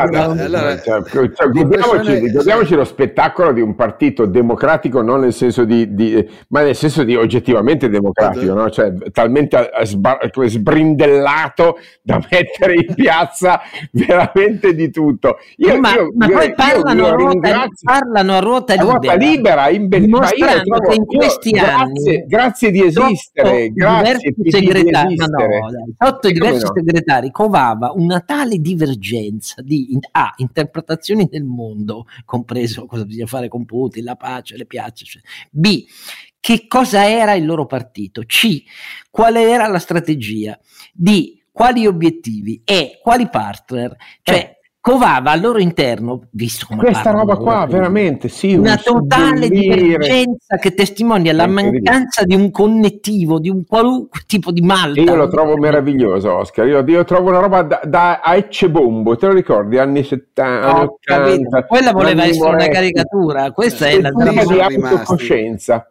Godiamoci lo spettacolo di un partito democratico, non nel senso ma nel senso di oggettivamente democratico, no? Cioè talmente sbrindellato da mettere in piazza veramente di tutto.
Ma poi parlano a ruota libera dimostrando che in questi anni
grazie di esistere,
sotto i diversi segretari covava una tale divergenza di interpretazioni del mondo, compreso cosa bisogna fare con Putin, la pace, le piazze, cioè. B, che cosa era il loro partito, C, quale era la strategia, D, quali obiettivi, E, quali partner, cioè covava al loro interno, visto come
questa roba qua, veramente, sì,
una totale divergenza che testimonia la mancanza di un connettivo, di un qualunque tipo di malta.
Io lo trovo meraviglioso, Oscar. Io trovo una roba da Ecce-Bombo, te lo ricordi? Anni 70, 80.
Quella voleva essere una caricatura, questa è la
di autocoscienza.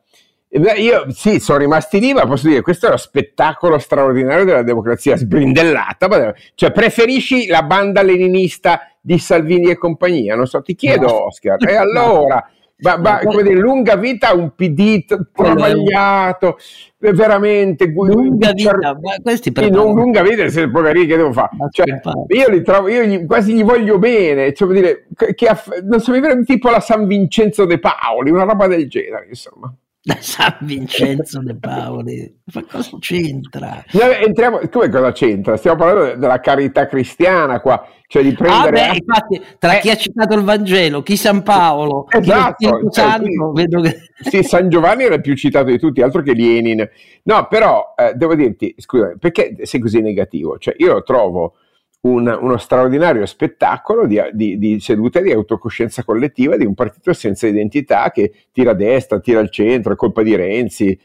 Io sì, sono rimasti lì, ma posso dire, questo è lo spettacolo straordinario della democrazia sbrindellata. Cioè, preferisci la banda leninista di Salvini e compagnia? Non so, ti chiedo, Oscar. E allora, come dire, lunga vita a un PD travagliato, veramente
lunga vita, ma questi
non lunga vita, se poverini che devo fare? Cioè, io li trovo, quasi gli voglio bene, cioè, vuol dire, non so, mi viene tipo la San Vincenzo De Paoli, una roba del genere, insomma.
Da San Vincenzo De Paoli, ma cosa c'entra?
Entriamo, come cosa c'entra? Stiamo parlando della carità cristiana qua, cioè di prendere.
Infatti, tra chi ha citato il Vangelo, chi San Paolo,
esatto,
chi Santo, vedo che.
Sì, San Giovanni era il più citato di tutti, altro che Lenin. No, però devo dirti, scusa, perché sei così negativo? Cioè, io lo trovo uno straordinario spettacolo di seduta di autocoscienza collettiva di un partito senza identità che tira a destra, tira al centro, è colpa di Renzi,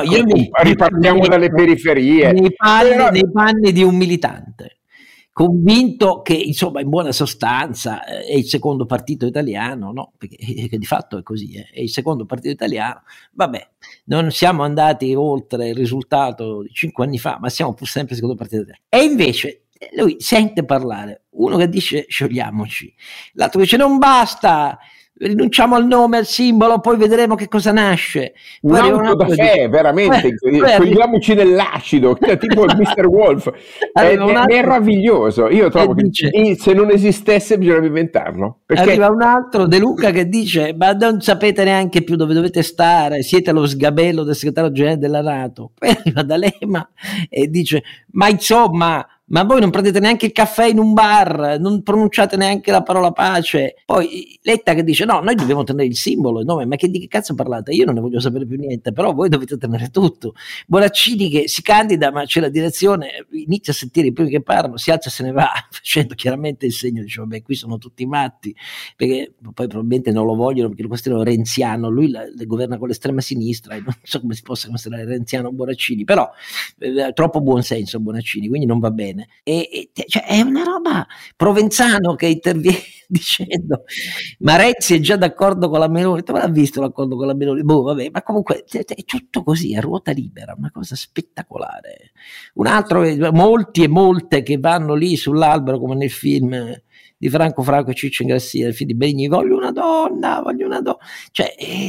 ripartiamo dalle periferie.
Nei panni di un militante convinto che, insomma, in buona sostanza è il secondo partito italiano, no? Perché di fatto è così, è il secondo partito italiano. Vabbè, non siamo andati oltre il risultato di 5 anni fa, ma siamo pur sempre il secondo partito italiano. E invece lui sente parlare uno che dice sciogliamoci, l'altro dice non basta, rinunciamo al nome, al simbolo, poi vedremo che cosa nasce.
Un auto da fè, veramente, togliamoci nell'acido, tipo il Mr. Wolf. È meraviglioso. Io trovo che se non esistesse bisognerebbe inventarlo. Perché
arriva un altro, De Luca, che dice ma non sapete neanche più dove dovete stare, siete lo sgabello del segretario generale della NATO. Poi arriva D'Alema e dice ma insomma, ma voi non prendete neanche il caffè in un bar, non pronunciate neanche la parola pace. Poi Letta che dice no, noi dobbiamo tenere il simbolo, il nome. Ma di che cazzo parlate? Io non ne voglio sapere più niente, però voi dovete tenere tutto. Bonaccini che si candida ma c'è la direzione, inizia a sentire i primi che parlano, si alza e se ne va, facendo chiaramente il segno, dice vabbè, qui sono tutti matti, perché poi probabilmente non lo vogliono perché lo considerano renziano, lui governa con l'estrema sinistra e non so come si possa considerare renziano Bonaccini, però troppo buon senso Bonaccini, quindi non va bene. Cioè, è una roba Provenzano che interviene dicendo ma Renzi è già d'accordo con la Meloni, tu l'ha visto l'accordo con la Meloni? Boh, vabbè, ma comunque è tutto così a ruota libera, una cosa spettacolare. Un altro, molti e molte che vanno lì sull'albero come nel film di Franco e Ciccio Ingrassia, il film di Benigni, voglio una donna, cioè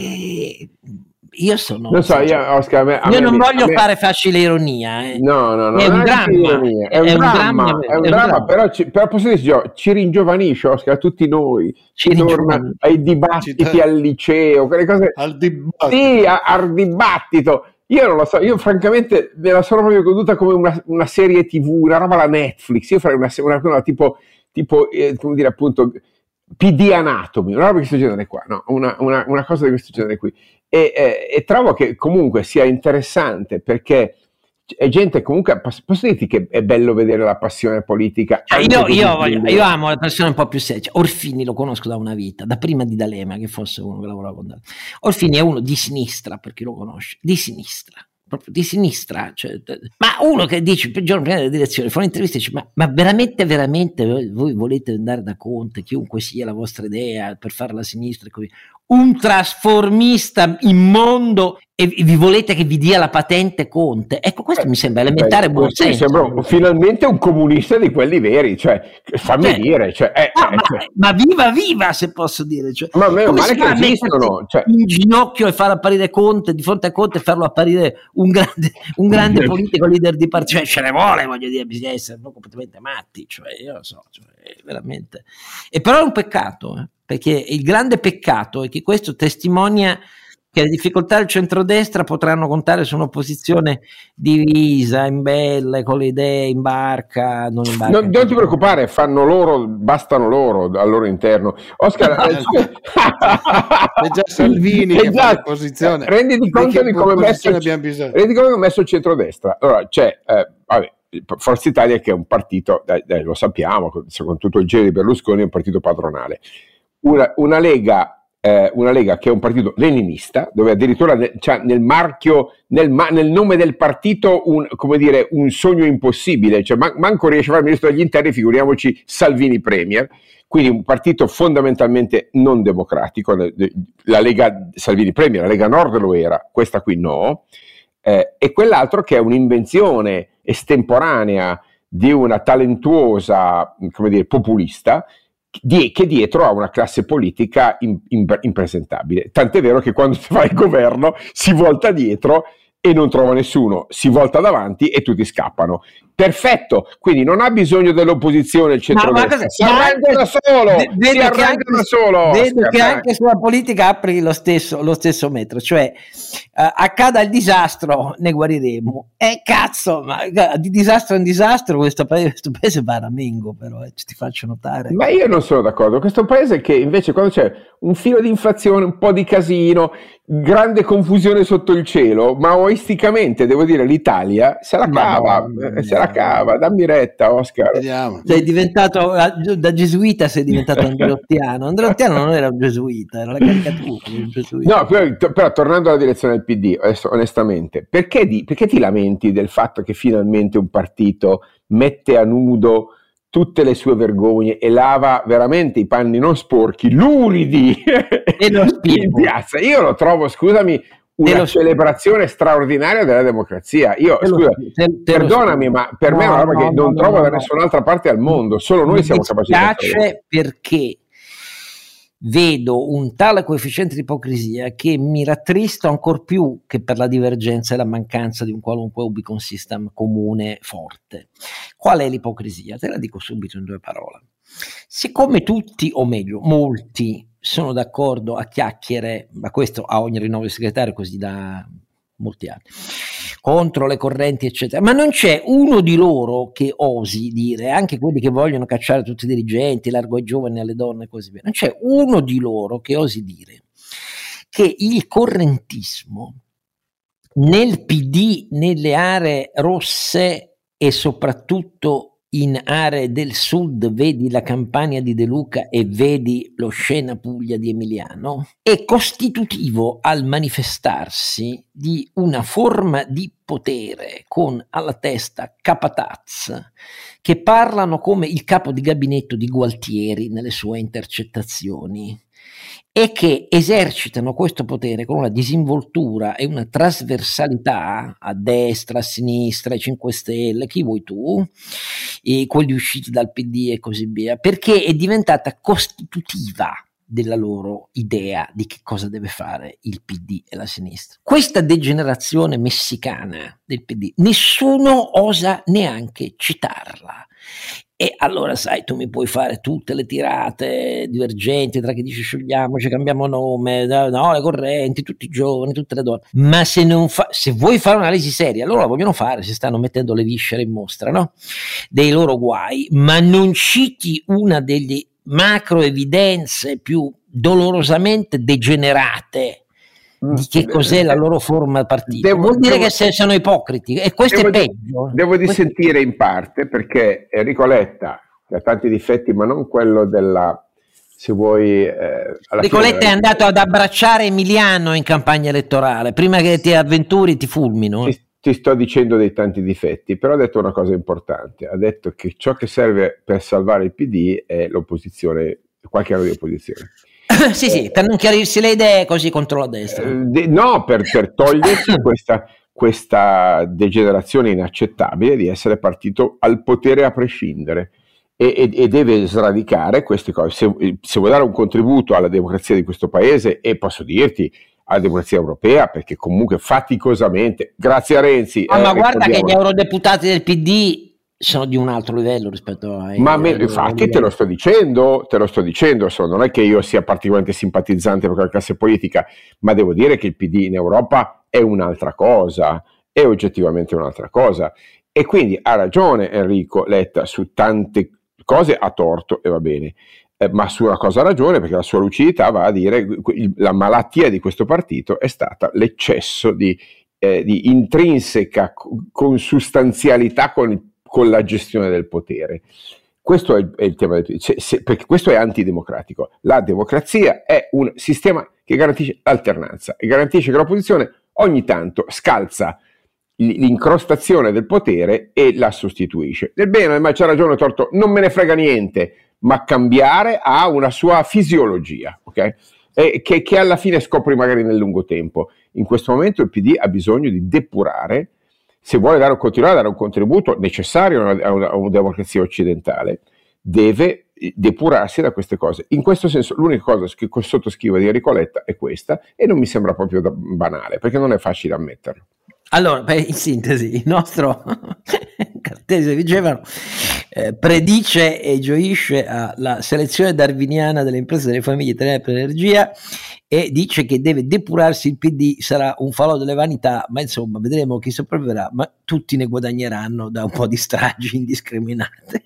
io sono,
non so, Oscar,
io non voglio fare facile ironia,
no,
è un dramma,
è un dramma, però posso dire, ci ringiovanisce, Oscar, tutti noi, ci torna ai dibattiti al liceo, quelle cose, al dibattito. Sì, al dibattito. Io non lo so, io francamente me la sono proprio goduta come una serie TV, una roba alla Netflix. Io farei una tipo come dire, appunto, PD Anatomy, una roba di questo genere qua, no? Una cosa di questo genere qui. E trovo che comunque sia interessante perché è gente comunque, posso dirti che è bello vedere la passione politica.
Io amo la passione un po' più seria. Orfini lo conosco da una vita, da prima di D'Alema che fosse uno che lavorava con D'Alema. Orfini è uno di sinistra, per chi lo conosce, di sinistra, proprio di sinistra, cioè, ma uno che dice il giorno prima delle direzioni fa un'intervista e dice ma veramente voi volete andare da Conte, chiunque sia la vostra idea per fare la sinistra e così, un trasformista immondo e vi volete che vi dia la patente Conte? Ecco, questo mi sembra elementare buon senso.
Mi sembra finalmente un comunista di quelli veri, cioè fammi dire,
ma viva se posso dire, cioè,
ma meno male che esistono, cioè,
in ginocchio e far apparire Conte di fronte a Conte e farlo apparire un grande politico leader di partito, cioè ce ne vuole, voglio dire, bisogna essere completamente matti, cioè io lo so, cioè, veramente. E però è un peccato, perché il grande peccato è che questo testimonia che le difficoltà del centrodestra potranno contare su un'opposizione divisa, imbelle, con le idee in barca, non in barca.
Non ti preoccupare, bastano loro al loro interno. Oscar,
è già Salvini che fa l'opposizione.
Renditi conto di come ho messo il centrodestra. Allora c'è, Forza Italia, che è un partito, lo sappiamo, con tutto il giro di Berlusconi, è un partito padronale. Una Lega che è un partito leninista, dove addirittura c'ha nel marchio, nel nome del partito un sogno impossibile, cioè manco riesce a fare il ministro degli interni, figuriamoci Salvini premier. Quindi un partito fondamentalmente non democratico. La Lega Salvini premier, la Lega Nord lo era, questa qui no, e quell'altro che è un'invenzione estemporanea di una talentuosa, populista, che dietro ha una classe politica impresentabile. Tant'è vero che quando si fa il governo si volta dietro e non trova nessuno, si volta davanti e tutti scappano. Perfetto, quindi non ha bisogno dell'opposizione il centrodestra, si arrangia da solo.
Vedo che anche sulla politica apri lo stesso metro, cioè accada il disastro, ne guariremo. Cazzo, ma di disastro in disastro questo paese va a ramengo, però ti faccio notare.
Ma io non sono d'accordo, questo paese che invece quando c'è un filo di inflazione, un po' di casino, grande confusione sotto il cielo, maoisticamente devo dire l'Italia se la cava, dammi retta, Oscar.
Vediamo.
Sei diventato da gesuita, sei diventato andreottiano. Andreottiano non era un gesuita, era la caricatura di un gesuita.
No, però tornando alla direzione del PD, adesso onestamente, perché ti lamenti del fatto che finalmente un partito mette a nudo tutte le sue vergogne e lava veramente i panni non sporchi, luridi in piazza? Io lo trovo, scusami, una celebrazione straordinaria della democrazia. Perdonami, ma per me è una roba che non trovo da nessun'altra parte al mondo, solo noi siamo capaci di farlo.
Mi piace perché vedo un tale coefficiente di ipocrisia che mi rattristo ancor più che per la divergenza e la mancanza di un qualunque ubicon system comune forte. Qual è l'ipocrisia? Te la dico subito in 2 parole. Siccome tutti, o meglio, molti, sono d'accordo a chiacchiere, ma questo a ogni rinnovo di segretario così da molti anni, contro le correnti eccetera, ma non c'è uno di loro che osi dire, anche quelli che vogliono cacciare tutti i dirigenti, largo ai giovani, alle donne e così via, non c'è uno di loro che osi dire che il correntismo nel PD, nelle aree rosse e soprattutto in aree del sud, vedi la Campania di De Luca e vedi lo Scena Puglia di Emiliano, è costitutivo al manifestarsi di una forma di potere con alla testa capataz che parlano come il capo di gabinetto di Gualtieri nelle sue intercettazioni e che esercitano questo potere con una disinvoltura e una trasversalità a destra, a sinistra, ai 5 Stelle, chi vuoi tu, e quelli usciti dal PD e così via, perché è diventata costitutiva della loro idea di che cosa deve fare il PD e la sinistra. Questa degenerazione messicana del PD, nessuno osa neanche citarla. E allora sai, tu mi puoi fare tutte le tirate divergenti tra chi dice sciogliamoci, cambiamo nome, no, le correnti, tutti i giovani, tutte le donne, ma se vuoi fare un'analisi seria, loro la vogliono fare, si stanno mettendo le viscere in mostra, no? Dei loro guai, ma non citi una delle macro evidenze più dolorosamente degenerate di che cos'è la loro forma partita. Vuol dire che sono ipocriti, e questo è peggio.
Devo dissentire in parte, perché Enrico Letta, che ha tanti difetti, ma non quello della, se vuoi,
Enrico Letta è andato ad abbracciare Emiliano in campagna elettorale, prima che ti avventuri ti fulmino.
Ti sto dicendo dei tanti difetti, però ha detto una cosa importante, ha detto che ciò che serve per salvare il PD è l'opposizione, qualche anno di opposizione.
Sì, per non chiarirsi le idee così contro la destra.
No, per togliersi questa degenerazione inaccettabile di essere partito al potere a prescindere e deve sradicare queste cose. Se vuoi dare un contributo alla democrazia di questo paese, e posso dirti alla democrazia europea, perché comunque faticosamente, grazie a Renzi...
ma guarda che gli eurodeputati del PD sono di un altro livello rispetto ai...
infatti te lo sto dicendo, non è che io sia particolarmente simpatizzante per quella classe politica, ma devo dire che il PD in Europa è un'altra cosa, è oggettivamente un'altra cosa, e quindi ha ragione Enrico Letta su tante cose, ha torto e va bene, ma su una cosa ha ragione, perché la sua lucidità va a dire la malattia di questo partito è stata l'eccesso di intrinseca consustanzialità con il con la gestione del potere. Questo è il tema, perché questo è antidemocratico. La democrazia è un sistema che garantisce l'alternanza e garantisce che l'opposizione ogni tanto scalza l'incrostazione del potere e la sostituisce. Nel bene, nel male, c'ha ragione o torto, non me ne frega niente, ma cambiare ha una sua fisiologia, ok? Che alla fine scopri magari nel lungo tempo. In questo momento il PD ha bisogno di depurare, se vuole continuare a dare un contributo necessario a una democrazia occidentale, deve depurarsi da queste cose. In questo senso l'unica cosa che sottoscrivo di Enrico Letta è questa, e non mi sembra proprio banale, perché non è facile ammetterlo.
Allora, in sintesi, il nostro Cartesio dicevano predice e gioisce alla selezione darwiniana delle imprese delle famiglie italiane per l'energia, e dice che deve depurarsi il PD, sarà un falò delle vanità, ma insomma vedremo chi sopravviverà, ma tutti ne guadagneranno da un po' di stragi indiscriminate.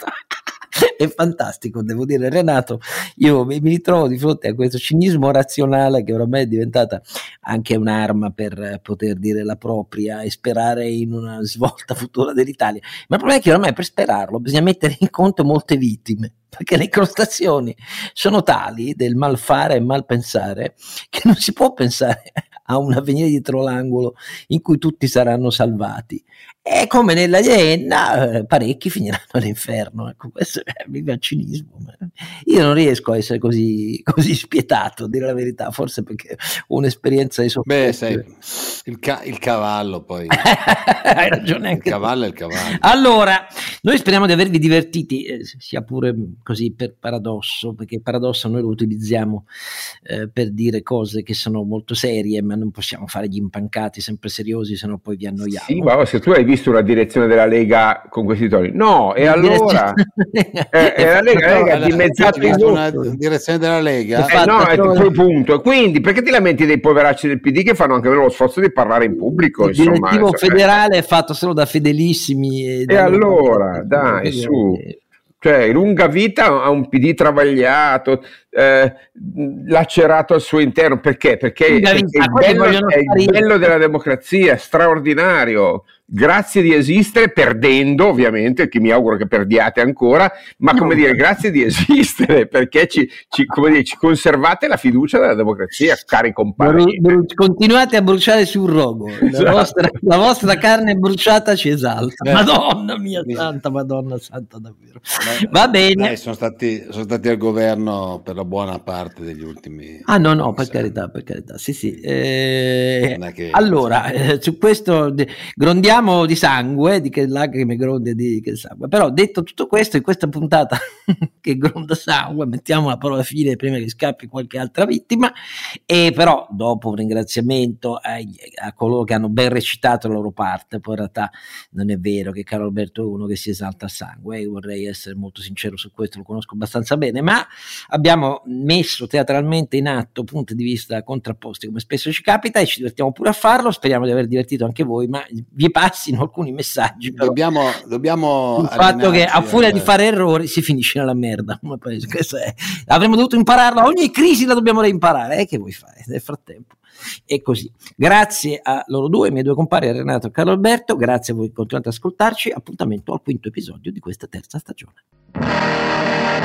È fantastico, devo dire, Renato. Io mi ritrovo di fronte a questo cinismo razionale che ormai è diventata anche un'arma per poter dire la propria e sperare in una svolta futura dell'Italia. Ma il problema è che ormai per sperarlo bisogna mettere in conto molte vittime, perché le incrostazioni sono tali del malfare e malpensare che non si può pensare a un avvenire dietro l'angolo in cui tutti saranno salvati. E come nella Ienna, parecchi finiranno all'inferno. Ecco, questo è il cinismo. Io non riesco a essere così spietato, a dire la verità, forse perché ho un'esperienza di sofferenza.
Beh, sai, il cavallo poi.
Hai ragione anche
il cavallo è il cavallo.
Allora, noi speriamo di avervi divertiti, sia pure così per paradosso, perché il paradosso noi lo utilizziamo per dire cose che sono molto serie, ma non possiamo fare gli impancati sempre seriosi, sennò poi vi annoiamo.
Sì, ma se tu hai visto una direzione della Lega con questi toni, no, e allora la Lega ha dimezzato
una direzione della Lega,
no, è quel punto. Quindi perché ti lamenti dei poveracci del PD che fanno anche lo sforzo di parlare in pubblico?
Il direttivo federale è fatto solo da fedelissimi
e allora dai, su, cioè lunga vita a un PD travagliato, lacerato al suo interno. Perché è il bello della democrazia, è straordinario. Grazie di esistere, perdendo ovviamente, che mi auguro che perdiate ancora, ma come dire, grazie di esistere, perché ci conservate la fiducia della democrazia, cari compagni.
Continuate a bruciare sul rogo, la vostra carne bruciata ci esalta. Madonna mia santa, Madonna santa davvero. Va bene.
Sono stati al governo per la buona parte degli ultimi.
No, per carità, sì. Allora, su questo grondiamo di sangue, di che lacrime gronde di che sangue. Però detto tutto questo, in questa puntata che gronda sangue, mettiamo la parola fine prima che scappi qualche altra vittima, e però dopo un ringraziamento a coloro che hanno ben recitato la loro parte. Poi in realtà non è vero che Carlo Alberto è uno che si esalta a sangue, io vorrei essere molto sincero su questo, lo conosco abbastanza bene, ma abbiamo messo teatralmente in atto punti di vista contrapposti come spesso ci capita, e ci divertiamo pure a farlo. Speriamo di aver divertito anche voi, ma vi passino alcuni messaggi.
Dobbiamo
il fatto che a furia di fare errori si finisce nella merda. Avremmo dovuto impararlo, ogni crisi la dobbiamo reimparare, che vuoi fare nel frattempo? E così, grazie a loro due, i miei due compari, a Renato e Carlo Alberto, grazie a voi che continuate ad ascoltarci. Appuntamento al 5° episodio di questa terza stagione.